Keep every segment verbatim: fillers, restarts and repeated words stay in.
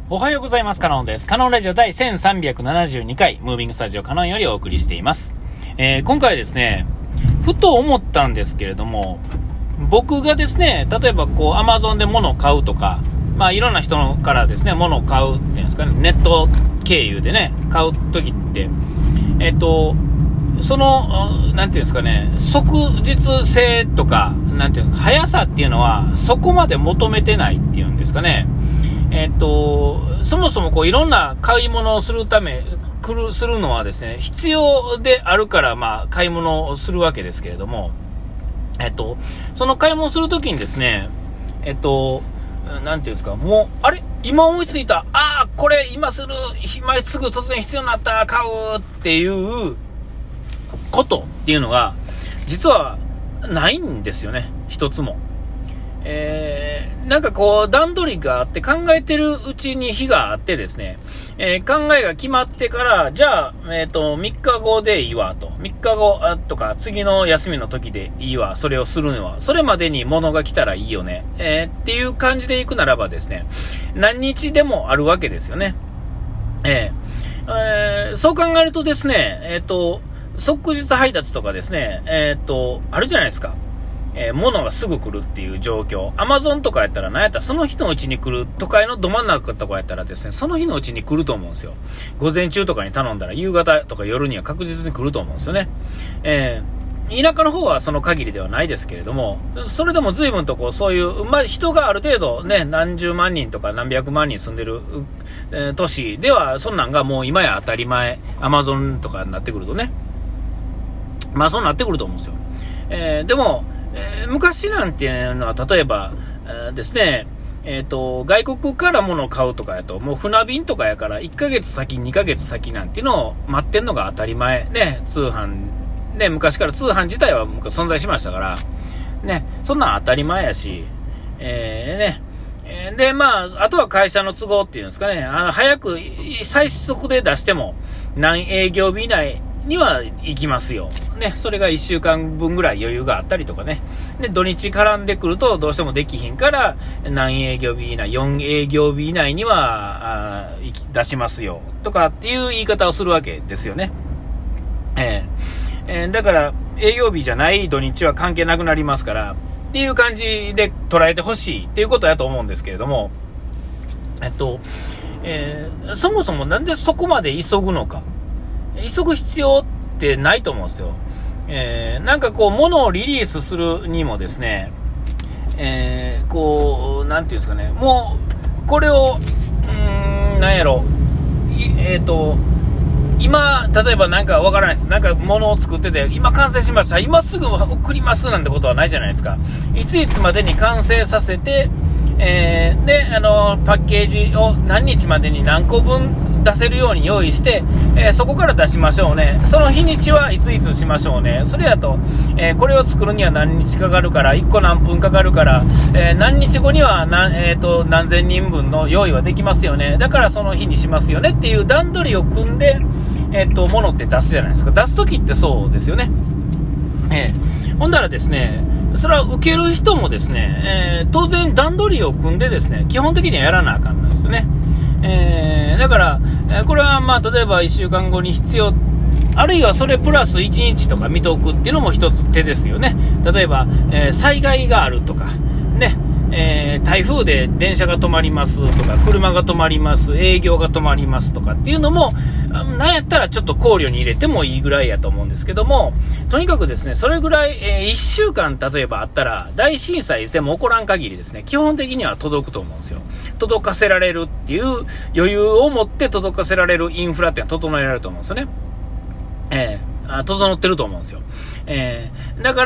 おはようございます。カノンです。カノンラジオ第せんさんびゃくななじゅうにかい、ムービングスタジオカノンよりお送りしています。えー、今回はですね、ふと思ったんですけれども、僕がですね、例えばこう、アマゾンで物を買うとか、まあいろんな人からですね、物を買うっていうんですかね、ネット経由でね、買うときって、えっと、その、なんていうんですかね、即日性とか、なんていうんですか、速さっていうのは、そこまで求めてないっていうんですかね。えっと、そもそもこういろんな買い物をするため、くる、するのはですね、必要であるから、まあ、買い物をするわけですけれども、えっと、その買い物をするときにですね、えっと、なんていうんですか、もう、あれ今思いついた、ああ、これ今する、今すぐ突然必要になったら買うっていうことっていうのが、実はないんですよね、一つも。えー、なんかこう段取りがあって考えてるうちに日があってですね、えー、考えが決まってからじゃあ、えーと、みっかごでいいわと、みっかごとか次の休みの時でいいわ、それをするのはそれまでに物が来たらいいよね、えー、っていう感じでいくならばですね、何日でもあるわけですよね。えーえー、そう考えるとですね、えーと即日配達とかですね、えーとあるじゃないですか。えー、物がすぐ来るっていう状況。アマゾンとかやったら何やったらその日のうちに来る、都会のど真ん中とかやったらですね、その日のうちに来ると思うんですよ。午前中とかに頼んだら夕方とか夜には確実に来ると思うんですよね。えー、田舎の方はその限りではないですけれども、それでも随分とこうそういう、まあ、人がある程度ね、何十万人とか何百万人住んでる、えー、都市ではそんなんがもう今や当たり前、アマゾンとかになってくるとね、まあそうなってくると思うんですよ。えー、でも、えー、昔なんていうのは例えば、えー、ですね、えーと、外国から物を買うとかやともう船便とかやからいっかげつさきにかげつさきなんていうのを待ってんのが当たり前ね。通販ね、昔から通販自体は存在しましたからね、そんなん当たり前やし、えー、ねでまああとは会社の都合っていうんですかね、あの早く最速で出しても何営業日以内には行きますよ。ね、それがいっしゅうかんぶんぐらい余裕があったりとかね。で、土日絡んでくるとどうしてもできひんから、何営業日以内、よん営業日以内には、あ出しますよ。とかっていう言い方をするわけですよね。えーえー、だから、営業日じゃない土日は関係なくなりますから、っていう感じで捉えてほしいっていうことだと思うんですけれども、えっと、えー、そもそもなんでそこまで急ぐのか。急ぐ必要ってないと思うんですよ。えー、なんかこう物をリリースするにもですね、えー、こうなんていうんですかね、もうこれをうーんなんやろ、えっと今例えばなんかわからないです。なんか物を作ってて今完成しました、今すぐ送りますなんてことはないじゃないですか。いついつまでに完成させて、えー、であのパッケージを何日までに何個分出せるように用意して、えー、そこから出しましょうね。その日にちはいついつしましょうね。それやと、えー、これを作るには何日かかるから、いっこ何分かかるから、えー、何日後には何、えーと、何千人分の用意はできますよね。だからその日にしますよねっていう段取りを組んで、えーと、物って出すじゃないですか。出すときってそうですよね。えー、ほんだらですね、それは受ける人もですね、えー、当然段取りを組んでですね、基本的にはやらなあかんなんですよね。えー、だから、えー、これはまあ例えばいっしゅうかんごに必要、あるいはそれプラスいちにちとか見ておくっていうのも一つ手ですよね。例えば、えー、災害があるとかね、えー、台風で電車が止まりますとか、車が止まります、営業が止まりますとかっていうのも、なんやったらちょっと考慮に入れてもいいぐらいやと思うんですけども、とにかくですね、それぐらい、えー、いっしゅうかん例えばあったら、大震災でも起こらん限りですね、基本的には届くと思うんですよ。届かせられるっていう余裕を持って届かせられるインフラってのは整えられると思うんですよね。えーあ整ってると思うんですよ。えー、だから、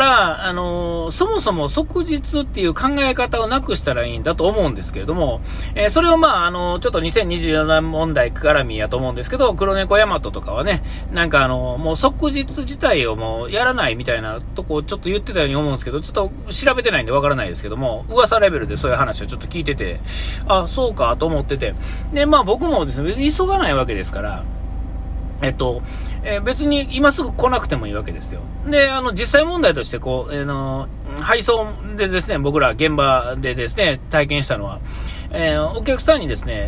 あのー、そもそも即日っていう考え方をなくしたらいいんだと思うんですけれども、えー、それをまあ、あのー、ちょっとにせんにじゅうよねん問題絡みやと思うんですけど、黒猫ヤマトとかはね、なんかあのー、もう即日自体をもうやらないみたいなとこをちょっと言ってたように思うんですけど、ちょっと調べてないんでわからないですけども、噂レベルでそういう話をちょっと聞いてて、あ、そうかと思ってて、で、まあ僕もですね、別に急がないわけですから、えっと、えー、別に今すぐ来なくてもいいわけですよ。で、あの、実際問題として、こう、えー、の、配送でですね、僕ら現場でですね、体験したのは、えー、お客さんにですね、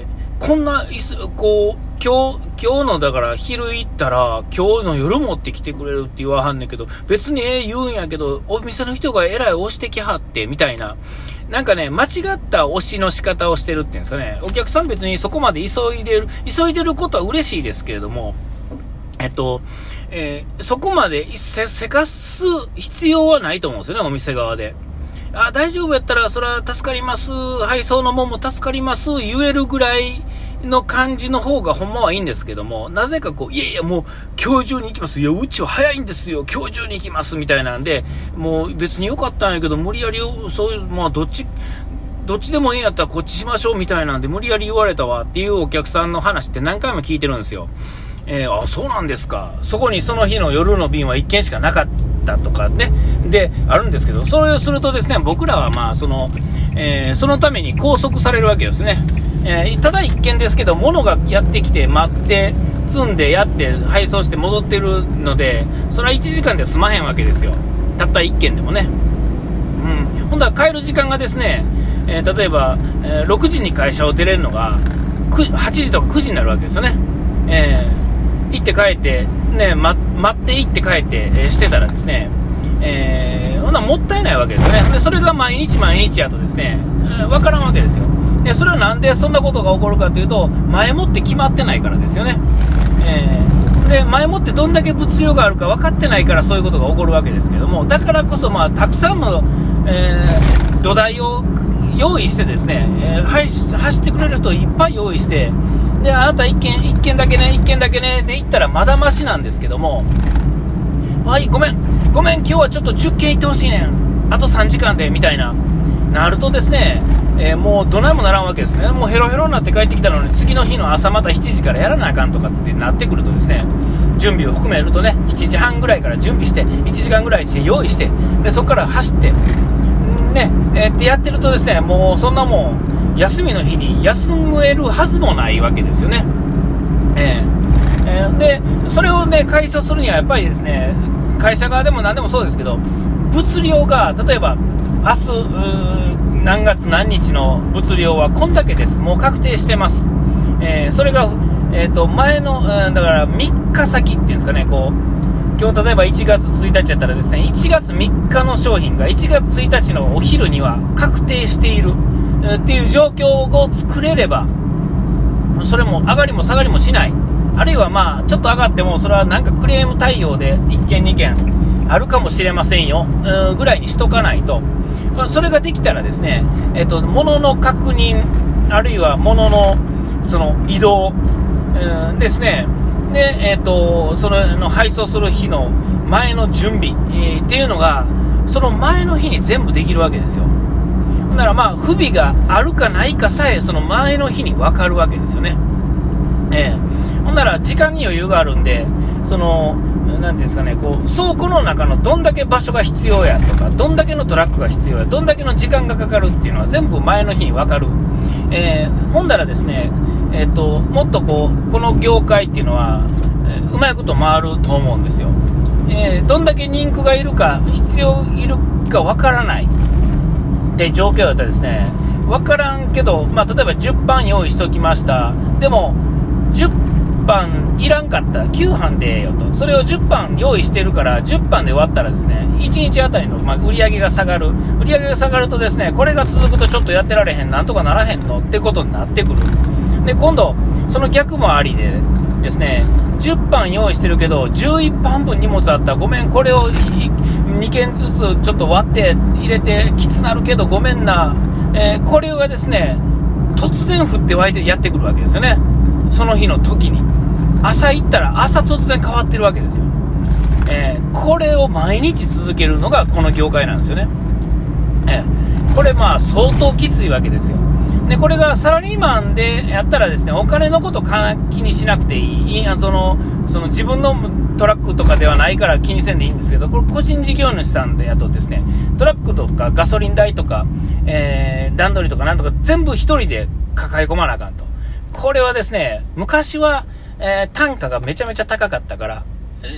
こんな、こう、今日、今日のだから昼行ったら、今日の夜持ってきてくれるって言わはんねんけど、別にええ言うんやけど、お店の人がえらい押してきはって、みたいな。なんかね、間違った押しの仕方をしてるっていうんですかね。お客さん別にそこまで急いでる、急いでることは嬉しいですけれども、えっと、えー、そこまでせ、せかす必要はないと思うんですよね、お店側で。あ、大丈夫やったら、それは助かります。配送のもんも助かります。言えるぐらいの感じの方がほんまはいいんですけども、なぜかこう、いやいやもう今日中に行きます。いや、うちは早いんですよ。今日中に行きます。みたいなんで、もう別に良かったんやけど、無理やり、そういう、まあどっち、どっちでもいいんやったらこっちしましょうみたいなんで、無理やり言われたわっていうお客さんの話って何回も聞いてるんですよ。えー、あ、そうなんですか。そこにその日の夜の便はいっけんしかなかったとかね。で、あるんですけど、それをするとですね、僕らはまあ、その、えー、そのために拘束されるわけですね。えー、ただいっけんですけど、物がやってきて、待って、積んで、やって、配送して戻ってるので、それはいちじかんで済まへんわけですよ。たったいっけんでもね。うん。ほんだら帰る時間がですね、えー、例えば、えー、ろくじに会社を出れるのが、はちじとかくじになるわけですよね。えー行って帰って、ね、ま、待って行って帰って、えー、してたらですね、えー、ほんなもったいないわけですね。で、それが毎日毎日やとですね、えー、わからんわけですよ。で、それはなんでそんなことが起こるかというと、前もって決まってないからですよね。えー、で、前もってどんだけ物量があるか分かってないからそういうことが起こるわけですけども、だからこそ、まあ、たくさんの、えー、土台を用意してですね、えー、走ってくれる人をいっぱい用意して、で、あなた一件、一件だけね、一件だけね、で行ったらまだマシなんですけども、はい、ごめん、ごめん、今日はちょっとじゅっけん行ってほしいねん。あとさんじかんで、みたいな、なるとですね、えー、もうどないもならんわけですね。もうヘロヘロになって帰ってきたのに、次の日の朝またしちじからやらなあかんとかってなってくるとですね、準備を含めるとね、しちじはんぐらいから準備して、いちじかんぐらいして用意して、で、そこから走って、ね、えー、ってやってるとですね、もうそんなもん、休みの日に休めるはずもないわけですよね。えーえー、で、それをね、解消するにはやっぱりですね、会社側でも何でもそうですけど、物量が、例えば、明日、何月何日の物量はこんだけです。もう確定してます。えー、それが、えーと、前の、だからみっか先っていうんですかね、こう、今日例えばいちがつついたちやったらですね、いちがつみっかの商品がいちがつついたちのお昼には確定している。っていう状況を作れれば、それも上がりも下がりもしない、あるいはまあちょっと上がってもそれはなんかクレーム対応でいっけんにけんあるかもしれませんよぐらいにしとかないと、それができたらですね、えっと、物の確認あるいは物のその移動、うん、ですね、で、えっと、そのの配送する日の前の準備、えー、っていうのがその前の日に全部できるわけですよ。だからまあ不備があるかないかさえその前の日に分かるわけですよね。えー、ほんなら時間に余裕があるんで、そのなんていうんですかね、こう倉庫の中のどんだけ場所が必要やとか、どんだけのトラックが必要や、どんだけの時間がかかるっていうのは全部前の日に分かる。えー、ほんだらですね、えー、ともっとこうこの業界っていうのは、えー、うまいこと回ると思うんですよ。えー、どんだけ人気がいるか必要いるか分からないで状況だったらですね、分からんけど、まあ、例えばじゅっぱん用意しときました。でもじゅっぱんいらんかったらきゅうはんでええよと、それをじゅっぱん用意してるからじゅっぱんで終わったらですね、いちにちあたりの、まあ、売り上げが下がる売り上げが下がるとですね、これが続くとちょっとやってられへん、なんとかならへんのってことになってくる。で今度その逆もありでですね、じゅっぱん用意してるけどじゅういっぱんぶん荷物あったらごめん、これをにけんずつちょっと割って入れてきつなるけどごめんな、えー、これがですね突然降って湧いてやってくるわけですよね。その日の時に朝行ったら朝突然変わってるわけですよ。えー、これを毎日続けるのがこの業界なんですよね。えー、これまあ相当きついわけですよ。でこれがサラリーマンでやったらですね、お金のこと気にしなくていい、そのその自分のトラックとかではないから気にせんでいいんですけど、これ個人事業主さんでやとですね、トラックとかガソリン代とか、えー、段取りとかなんとか全部一人で抱え込まなあかんと。これはですね、昔は、えー、単価がめちゃめちゃ高かったから、えー、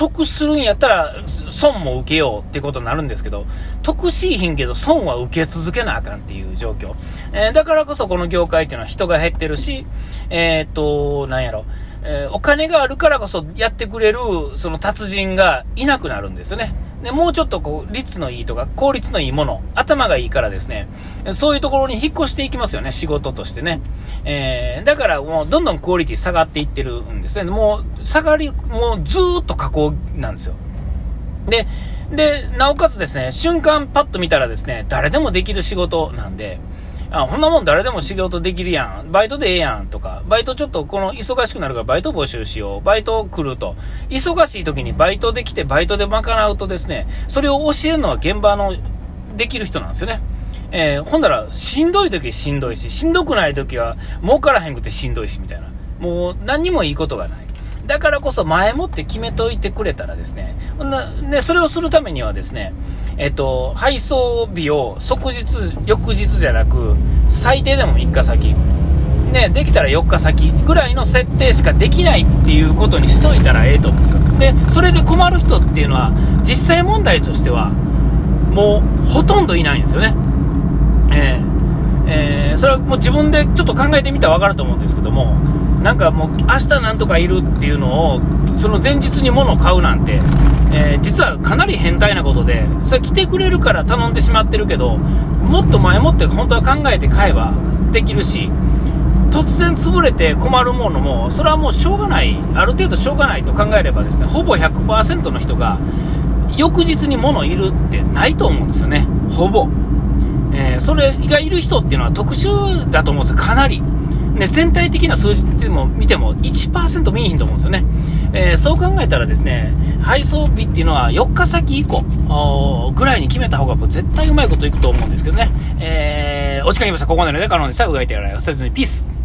得するんやったら損も受けようってことになるんですけど、得しいひんけど損は受け続けなあかんっていう状況、えー、だからこそこの業界っていうのは人が減ってるし、えー、っとなんやろ、えー、お金があるからこそやってくれるその達人がいなくなるんですよね。でもうちょっとこう率のいいとか効率のいいもの、頭がいいからですね、そういうところに引っ越していきますよね、仕事としてね。えー、だからもうどんどんクオリティ下がっていってるんですね。もう下がり、もうずーっと下降なんですよ。で、で、なおかつですね、瞬間パッと見たらですね、誰でもできる仕事なんで、あ、こんなもん誰でも仕事できるやん、バイトでええやんとか、バイトちょっとこの忙しくなるからバイト募集しよう、バイト来ると、忙しい時にバイトできてバイトで賄うとですね、それを教えるのは現場のできる人なんですよね。えー、ほんだらしんどい時はしんどいし、しんどくない時は儲からへんくてしんどいしみたいな、もう何にもいいことがない。だからこそ前もって決めといてくれたらですね、でそれをするためにはですね、えっと、配送日を即日、翌日じゃなく最低でもみっかさき、ね、できたらよっかさきぐらいの設定しかできないっていうことにしといたらええと思うんですよ。でそれで困る人っていうのは実際問題としてはもうほとんどいないんですよね。えーえー、それはもう自分でちょっと考えてみたら分かると思うんですけども、なんかもう明日なんとかいるっていうのをその前日に物を買うなんて、えー、実はかなり変態なことで、それ来てくれるから頼んでしまってるけど、もっと前もって本当は考えて買えばできるし、突然潰れて困るものもそれはもうしょうがない、ある程度しょうがないと考えればですね、ほぼ ひゃくパーセント の人が翌日に物いるってないと思うんですよね、ほぼ。えー、それがいる人っていうのは特殊だと思うんですよ、かなり。ね、全体的な数字でも見ても いちパーセント 見えひんと思うんですよね。えー、そう考えたらですね、配送日っていうのはよっかさき以降ぐらいに決めた方が絶対うまいこといくと思うんですけどね。えー、お時間きました。ここまでので可能でした。うがいてやらない。おせずにピース。